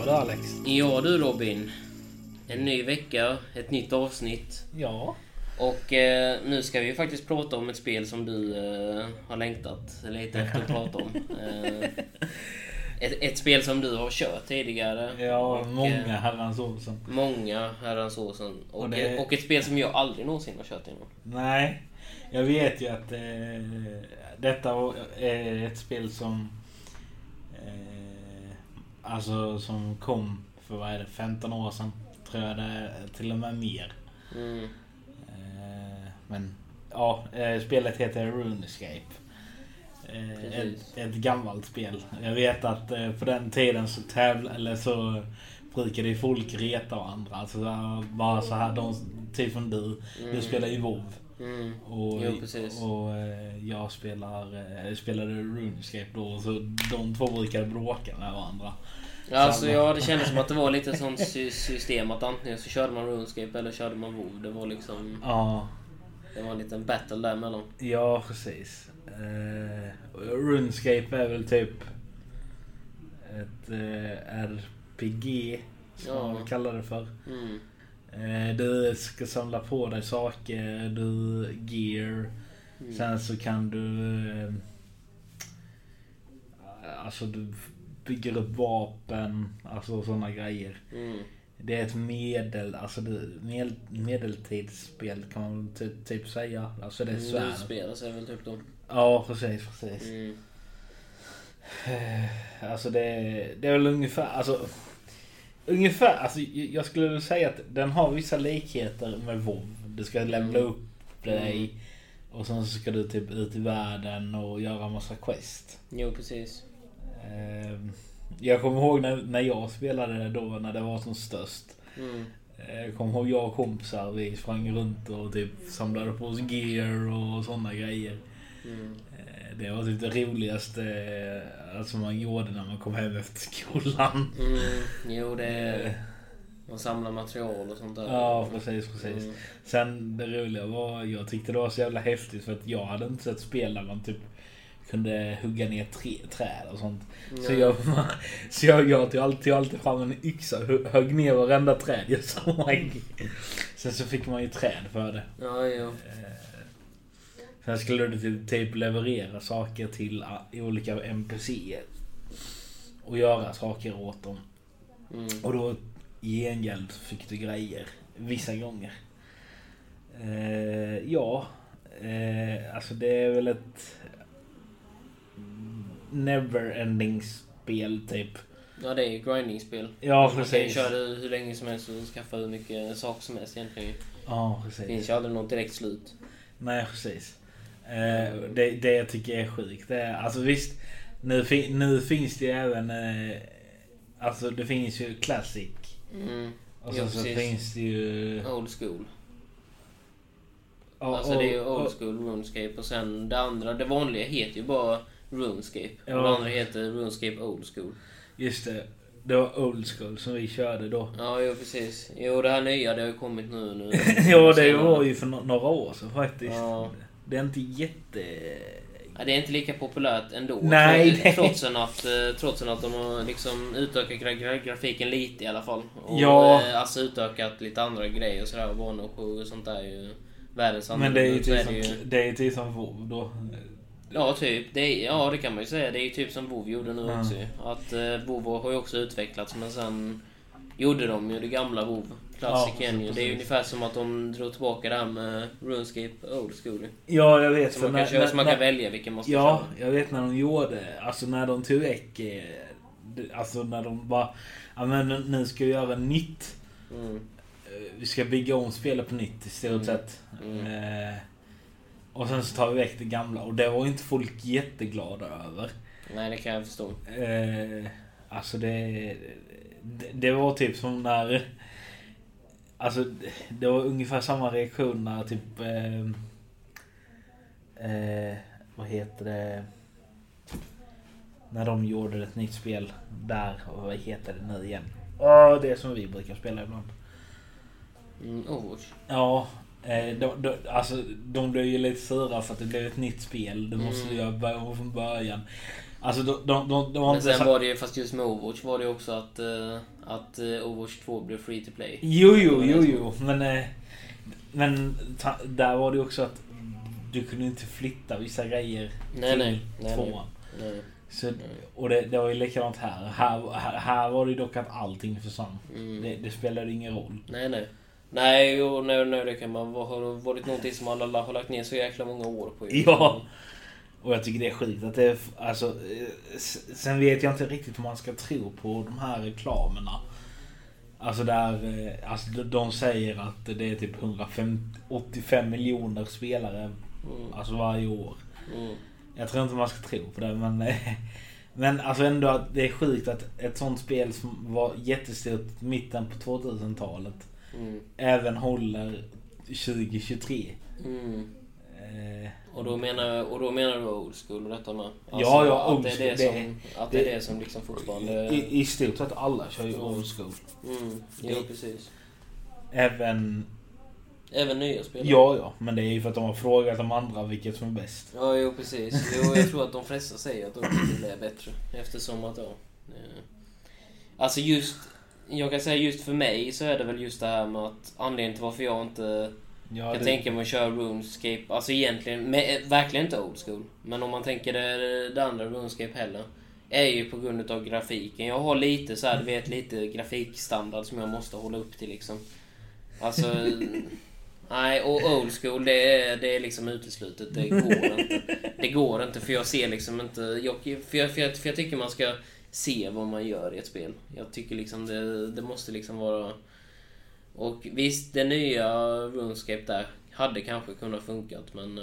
du Alex? Ja du Robin. En ny vecka, ett nytt avsnitt. Ja. Och nu ska vi faktiskt prata om ett spel som du har längtat lite efter att prata om. Ett spel som du har kört tidigare. Ja, många herrans år sedan. Många herrans år sedan. Och ett spel som jag aldrig någonsin har kört innan. Nej, jag vet ju att detta är ett spel som alltså som kom för 15 år sedan. Tror jag det är, till och med mer. Men ja, spelet heter RuneScape. Ett gammalt spel. Jag vet att på den tiden så brukade folk reta varandra. Alltså bara så här, de typ som du spelar ju WoW. Och jag spelade RuneScape då, så de två brukade bråka med varandra. Alltså ja, det kändes som att det var lite sånt system att antingen så körde man RuneScape eller körde man WoW. Det var liksom det var en liten battle däremellan. Ja, precis. RuneScape är väl typ ett RPG som man kallar det för. Du ska samla på dig saker, gear. Sen så kan du alltså du bygger upp vapen, alltså sådana grejer. Det är ett medeltidsspel kan man typ säga. Alltså det är svärd. Spel så är väl typ de. Ja, precis. Alltså det är väl ungefär alltså jag skulle säga att den har vissa likheter med WoW. Du ska levela upp dig och sen så ska du typ ut i världen och göra massa quest. Jo, precis. Jag kommer ihåg när jag spelade då, när det var som störst. Jag kommer ihåg jag och kompisar, vi sprang runt och typ samlade på oss gear och sådana grejer. Det var typ det roligaste alltså man gjorde när man kom hem efter skolan. Jo, man samlar material och sånt där. Ja, precis. Sen det roliga var, jag tyckte det var så jävla häftigt för att jag hade inte sett spel där man typ kunde hugga ner träd och sånt. Så jag tog alltid fram en yxa och högg ner varenda träd jag såg. Sen så fick man ju träd för det. Ja. Sen skulle du typ leverera saker till olika NPC:er och göra saker åt dem. Och då i gengäld fick du grejer vissa gånger. Alltså det är väl ett never-ending spel typ. Ja, det är ju grinding-spel. Ja, precis. Man kan ju köra det hur länge som helst och skaffa hur mycket saker som helst egentligen. Ja, precis. Det finns ju aldrig något direkt slut. Nej, precis. Det jag tycker är sjukt, det är, alltså visst, nu finns det ju även alltså det finns ju Classic. Och så finns det ju Old School. Alltså det är ju Old School RuneScape och sen det vanliga heter ju bara RuneScape. Och det andra heter RuneScape Old School. Just det var Old School som vi körde då. Ja, jo, precis. Jo, det här nya, det har ju kommit nu. Ja, det var ju för några år sedan faktiskt. Ja. Det är inte Ja, det är inte lika populärt ändå. Nej. Trots att de har liksom utökat grafiken lite i alla fall. Och alltså utökat lite andra grejer och sådär. Barn och sånt där är ju världens andra. Men det är ju typ som WoW då. Ja, typ. Det kan man ju säga. Det är ju typ som WoW gjorde nu också. Att WoW har ju också utvecklats, men sen gjorde de ju det gamla WoW. Klassiken ju. Det är ju ungefär som att de drog tillbaka det här med RuneScape Old School. Ja, jag vet. Så man kan välja vilken man ska köra. Ja, jag vet när de gjorde. Alltså när de tog väck. Alltså när de bara, ja men nu ska vi göra nytt. Vi ska bygga om spelet på nytt i stort sett. Och sen så tar vi väck det gamla. Och det var inte folk jätteglada över. Nej, det kan jag förstå. Alltså det var typ som när, alltså det var ungefär samma reaktion när typ vad heter det, när de gjorde ett nytt spel där, och vad heter det nu igen? Det är som vi brukar spela ibland. Overwatch. Ja, alltså de blev ju lite sura för att det blev ett nytt spel. Du måste göra börja från början. Alltså de var Men inte sen var det ju, fast just med Overwatch var det också att Overwatch 2 blev free to play. Jo. Men där var det också att du kunde inte flytta vissa grejer till tvåan. Nej. Så, och det var ju likadant här var det dock att allting försvann. Det spelade ingen roll. Nej, och nej, det kan man ha varit någonting som alla har lagt ner så jäkla många år på. Ja. Och jag tycker det är skit att det alltså sen vet jag inte riktigt om man ska tro på de här reklamerna. Alltså där alltså de säger att det är typ 185 miljoner spelare alltså varje år. Jag tror inte man ska tro på det, men alltså ändå att det är sjukt att ett sånt spel som var jättestort mitten på 2000-talet även håller 2023. Och då menar du old school och detta med? Alltså, ja, att det är det som liksom fortfarande... I stort sett alla kör ju old school. Ja, precis. Även nya spelare? Ja, men det är ju för att de har frågat de andra vilket som är bäst. Ja, jo, precis. Jo, jag tror att de flesta säger att de är bättre. Eftersom att alltså jag kan säga just för mig så är det väl just det här med att anledningen till varför jag inte kan tänka mig att köra RuneScape, alltså egentligen verkligen inte old school, men om man tänker det andra RuneScape heller, är ju på grund av grafiken. Jag har lite så här, du vet, lite grafikstandard som jag måste hålla upp till liksom. Alltså nej, och old school det är liksom uteslutet. Det går inte för jag ser liksom inte för jag tycker man ska se vad man gör i ett spel. Jag tycker liksom det måste liksom vara. Och visst, det nya RuneScape där hade kanske kunnat funkat, men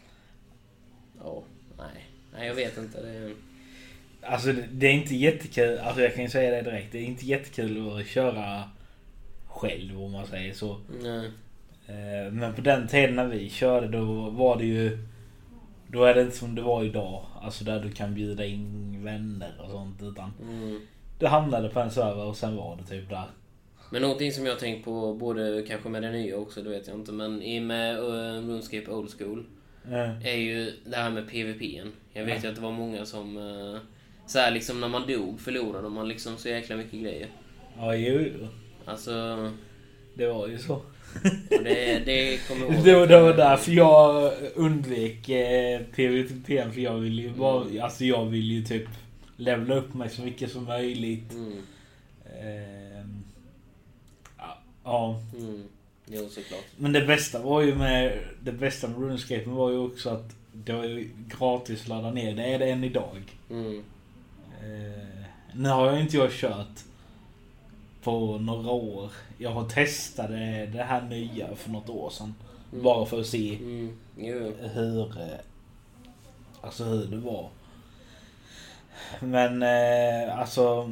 nej, jag vet inte. Alltså det är inte jättekul, alltså jag kan ju säga det direkt. Det är inte jättekul att köra själv om man säger så. Nej. Men på den tiden när vi körde då var det ju, då är det inte som det var idag, alltså där du kan bjuda in vänner och sånt, utan du hamnade på en server och sen var det typ där. Men någonting som jag tänkt på både kanske med det nya också, det vet jag inte, men i med RuneScape Old School är ju det här med PvP:en. Jag vet ju att det var många som så här liksom när man dog förlorade man liksom så jäkla mycket grejer. Ja, jo. Alltså det var ju så. Och det kommer ihåg. Det var därför jag undvek PvP, för jag vill ju bara, alltså jag vill ju typ levla upp mig så mycket som möjligt. Ja. Jo, såklart. Men det bästa med RuneScape var ju också att det var ju gratis att ladda ner. Det är det än idag. Nu har jag inte kört på några år. Jag har testat det här nya för något år sedan. Bara för att se hur det var. Men alltså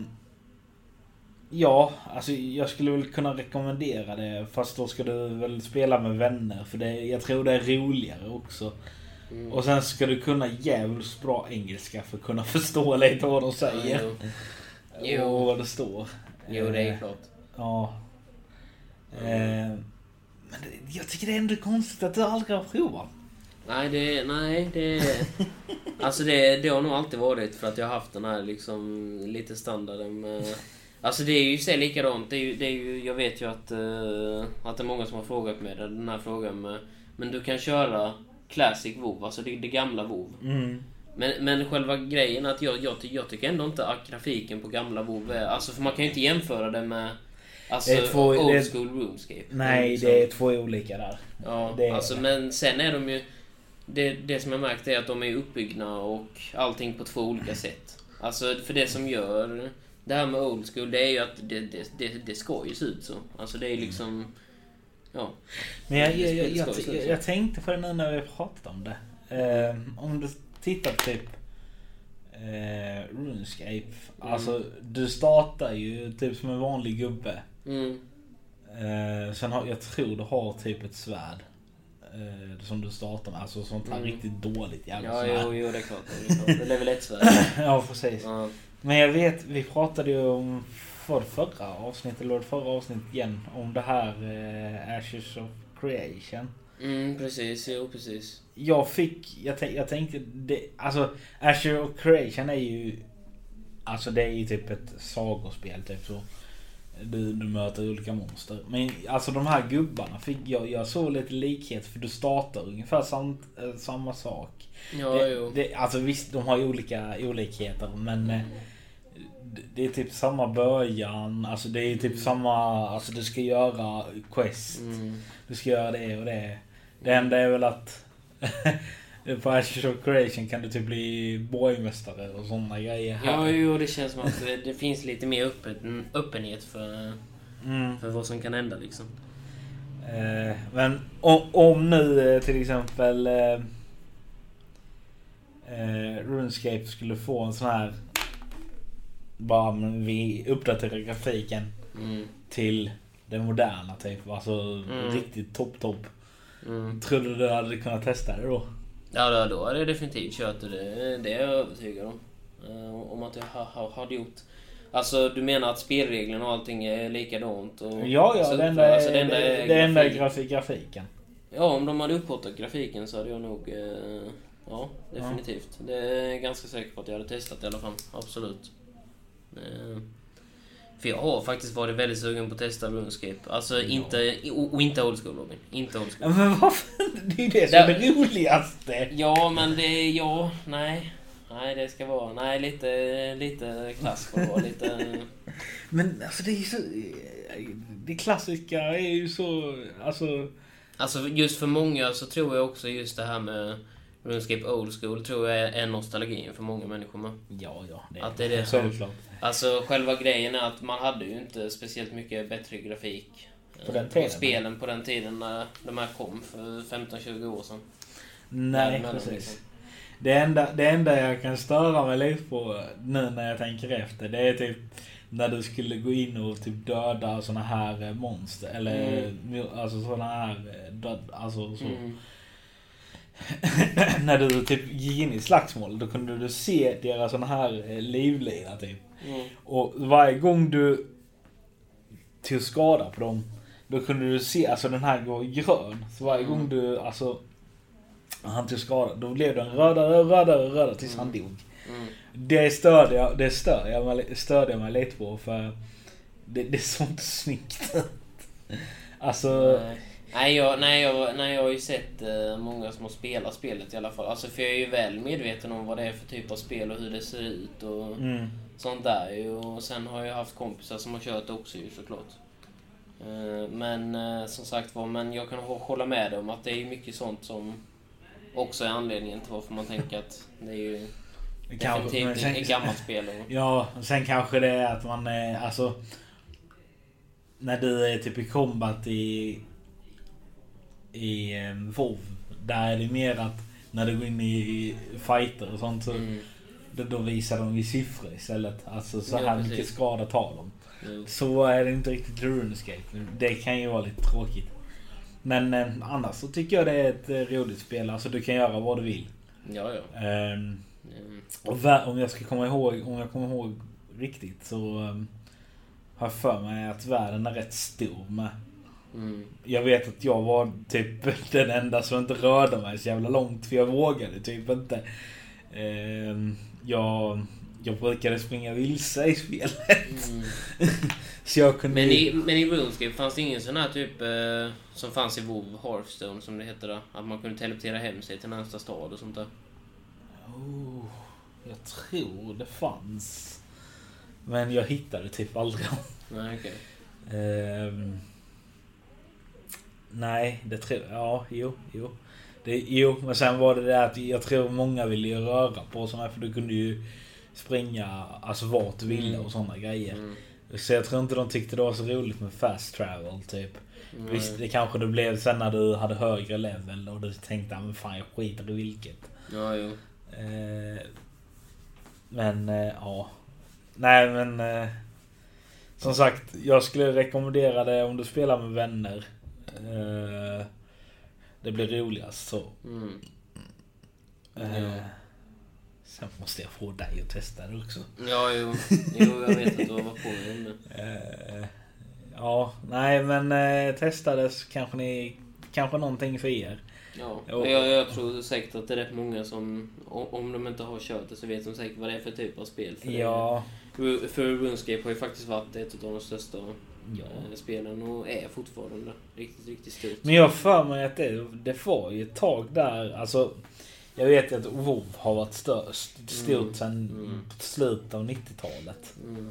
jag skulle väl kunna rekommendera det, fast då ska du väl spela med vänner, för jag tror det är roligare också. Och sen ska du kunna jävligt bra engelska för att kunna förstå lite vad de säger. Och vad det står. Jo, det är klart. Ja. Men jag tycker det är ändå konstigt att du aldrig har provat. Nej, alltså det har nog alltid varit för att jag har haft den här liksom lite standarden med. Alltså det är ju så likadant. Det är ju, jag vet ju att det är många som har frågat mig den här frågan med, men du kan köra Classic WoW, alltså det gamla WoW. Men själva grejen att jag tycker ändå inte att grafiken på gamla WoW är, alltså för man kan ju inte jämföra det med alltså old school RuneScape. Nej, liksom. Det är två olika där. Ja, alltså men sen är de ju det som jag märkt är att de är uppbyggna och allting på två olika sätt. Alltså för det som gör det här med old school, det är ju att det ska ju se ut så. Alltså det är liksom ja. Men jag tänkte på det nu när vi pratade om det. Om du tittar på typ RuneScape, alltså du startar ju typ som en vanlig gubbe. Sen jag tror du har typ ett svärd som du startar med, alltså sånt här riktigt dåligt jävla svärd. Jo, det är klart. Det är väl ett svärd. Ja, precis. Ja. Men jag vet, vi pratade ju om förra avsnittet igen om det här Ashes of Creation. Precis, jo precis. Jag tänkte det, alltså Ashes of Creation är ju, alltså det är ju typ ett sagospel typ så. Du möter olika monster. Men alltså de här gubbarna jag såg lite likhet, för du startar ungefär samma sak. Ja, alltså visst, de har ju olika olikheter, men det är typ samma början. Alltså det är typ samma, alltså du ska göra quest. Du ska göra det och det. Det enda är väl att på Ashes of Creation kan du typ bli borgmästare och sådana grejer här. Ja, det känns som att det finns lite mer öppenhet för vad som kan hända liksom. Men om nu till exempel RuneScape skulle få en sån här, bara vi uppdaterar grafiken till det moderna typ, alltså riktigt topp. Tror du hade kunnat testa det då? Ja, då hade jag definitivt kört det är jag övertygad om att jag hade gjort. Alltså du menar att spelreglerna och allting är likadant? Och Ja, det enda är grafiken. Ja, om de hade uppåtat grafiken så hade jag nog... ja, definitivt. Ja. Det är jag ganska säker på att jag hade testat i alla fall. Absolut. För jag har faktiskt varit väldigt sugen på att testa RuneScape. Alltså inte old school, Robin. Inte old school. Men varför? Det är ju det som är det roligaste. Ja, men det... Ja, nej. Nej, det ska vara... Nej, lite klass får det vara. Lite... Men alltså det är så... Det klassiska är ju så... Alltså just för många så tror jag också just det här med RuneScape Old School tror jag är nostalgin för många människor med. Ja. Det är det som... Alltså själva grejen är att man hade ju inte speciellt mycket bättre grafik på spelen på den tiden när de här kom för 15-20 år sedan. Nej, precis. Liksom. Det enda jag kan störa mig lite på nu när jag tänker efter, det är typ när du skulle gå in och typ döda såna här monster eller alltså såna här alltså så. När du typ gick in i slagsmål, då kunde du se deras såna här livlina typ. Och varje gång du tog skada på dem, då kunde du se, alltså den här går grön. Så varje gång du, alltså han tog skada, då blev den rödare tills han dog. Det störde jag mig lite på, för det är sånt snyggt. Alltså... Nej, jag har ju sett många som har spelat spelet i alla fall. Alltså för jag är ju väl medveten om vad det är för typ av spel och hur det ser ut och sånt där. Och sen har jag haft kompisar som har kört också ju såklart. Men som sagt var, men jag kan hålla med om att det är mycket sånt som också är anledningen till varför man tänker att det är ju definitivt ett gammalt spel. Ja, sen kanske det är att man är, alltså när du är typ i combat i WoW, där är det mer att när du går in i fighter och sånt så då visar de i siffror istället. Alltså så här mycket skada tar de. Så är det inte riktigt RuneScape. Det kan ju vara lite tråkigt. Men annars så tycker jag det är ett roligt spel. Alltså du kan göra vad du vill. Ja. Och om jag kommer ihåg riktigt så har jag för mig att världen är rätt stor med. Jag vet att jag var typ den enda som inte rörde mig så jävla långt, för jag vågade typ inte. Jag brukade springa vilse i spelet. Så jag kunde... Men i RuneScape fanns det ingen sån här typ som fanns i WoW Hearthstone som det heter då, att man kunde teleportera hem sig till nästa stad och sånt där? Jag tror det fanns. Men jag hittade typ aldrig. Nej, okej. Nej, det tror jag. Ja, jo. Men sen var det att jag tror många ville ju röra på sådana, för du kunde ju springa alltså vart du ville och sådana grejer. Så jag tror inte de tyckte det var så roligt med fast travel typ. Visst, det kanske det blev sen när du hade högre level och du tänkte, men fan jag skiter i vilket. Ja, jo. Men ja. Nej, men som sagt, jag skulle rekommendera det om du spelar med vänner. Det blir roligast så. Sen måste jag få dig att testa det också. Ja, jo jag vet att du har varit på det. Ja, nej men testa det så kanske ni kanske någonting för er. Ja, jag tror säkert att det är rätt många som, om de inte har kört det, så vet de säkert vad det är för typ av spel. För RuneScape har ju faktiskt varit ett av de största spelen och är fortfarande riktigt, riktigt stort. Men jag för mig att det var ju ett tag där, alltså jag vet att WoW har varit stort sedan slutet av 90-talet.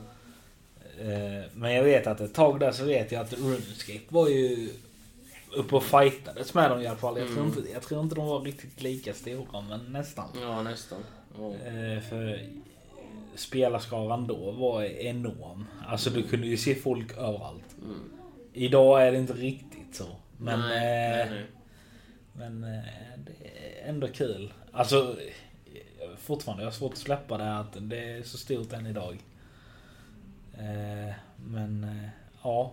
Men jag vet att ett tag där så vet jag att RuneScape var ju uppe och fightades med dem i alla fall. Jag tror inte de var riktigt lika stora, men nästan. Ja, nästan. För spelarskaran då var enorm. Alltså du kunde ju se folk överallt. Idag är det inte riktigt så. Men, nej. Men det är ändå kul. Alltså fortfarande, jag har svårt att släppa det att det är så stort än idag. Men ja.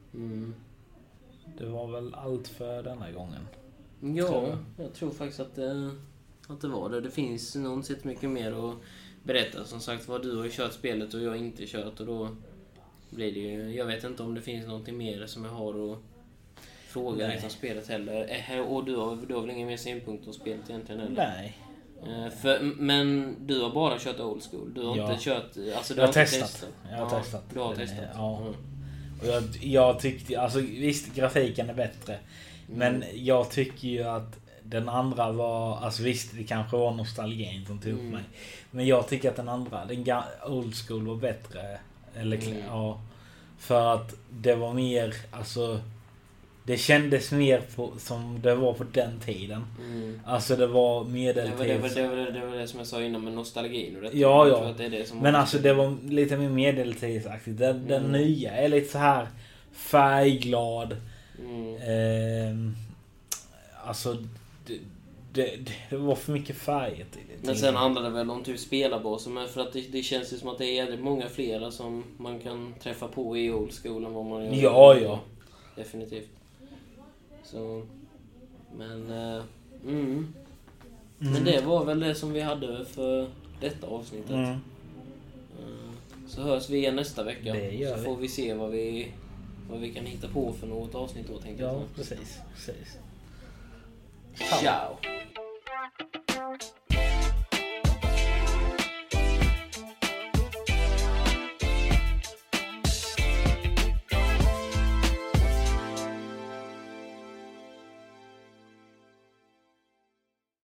Det var väl allt för denna gången. Ja, jag tror faktiskt att det var det. Det finns nog inte så mycket mer att berätta. Som sagt, vad du har kört spelet och jag inte kört. Och då blir det ju... Jag vet inte om det finns någonting mer som jag har att fråga om spelet heller. Och du har väl inga mer synpunkter på spelet egentligen heller? Nej. Men du har bara kört old school. Du har inte kört... Alltså, jag har testat. Jag har testat. Du har testat. Ja. Och jag tyckte... Alltså visst, grafiken är bättre. Men jag tycker ju att den andra var... Alltså visst, det kanske var nostalgin som tog upp mig. Men jag tycker att den andra, den old school var bättre. Eller ja. För att det var mer... Alltså... Det kändes mer som det var på den tiden. Alltså det var medeltid. Det var det som jag sa innan med nostalgin. Och ja. Det är det som men alltså det var lite mer medeltidsaktigt. Den nya är lite så här färgglad. Alltså det var för mycket färg. Men sen handlar det väl om typ spelarbasen. Men för att det känns ju som att det är många flera som man kan träffa på i old school än vad man gör. Ja. Definitivt. Så, men men det var väl det som vi hade för detta avsnittet. Så hörs vi igen nästa vecka. Så får vi se vad vi kan hitta på för något avsnitt då, tänkte jag. Ja, precis. Ciao.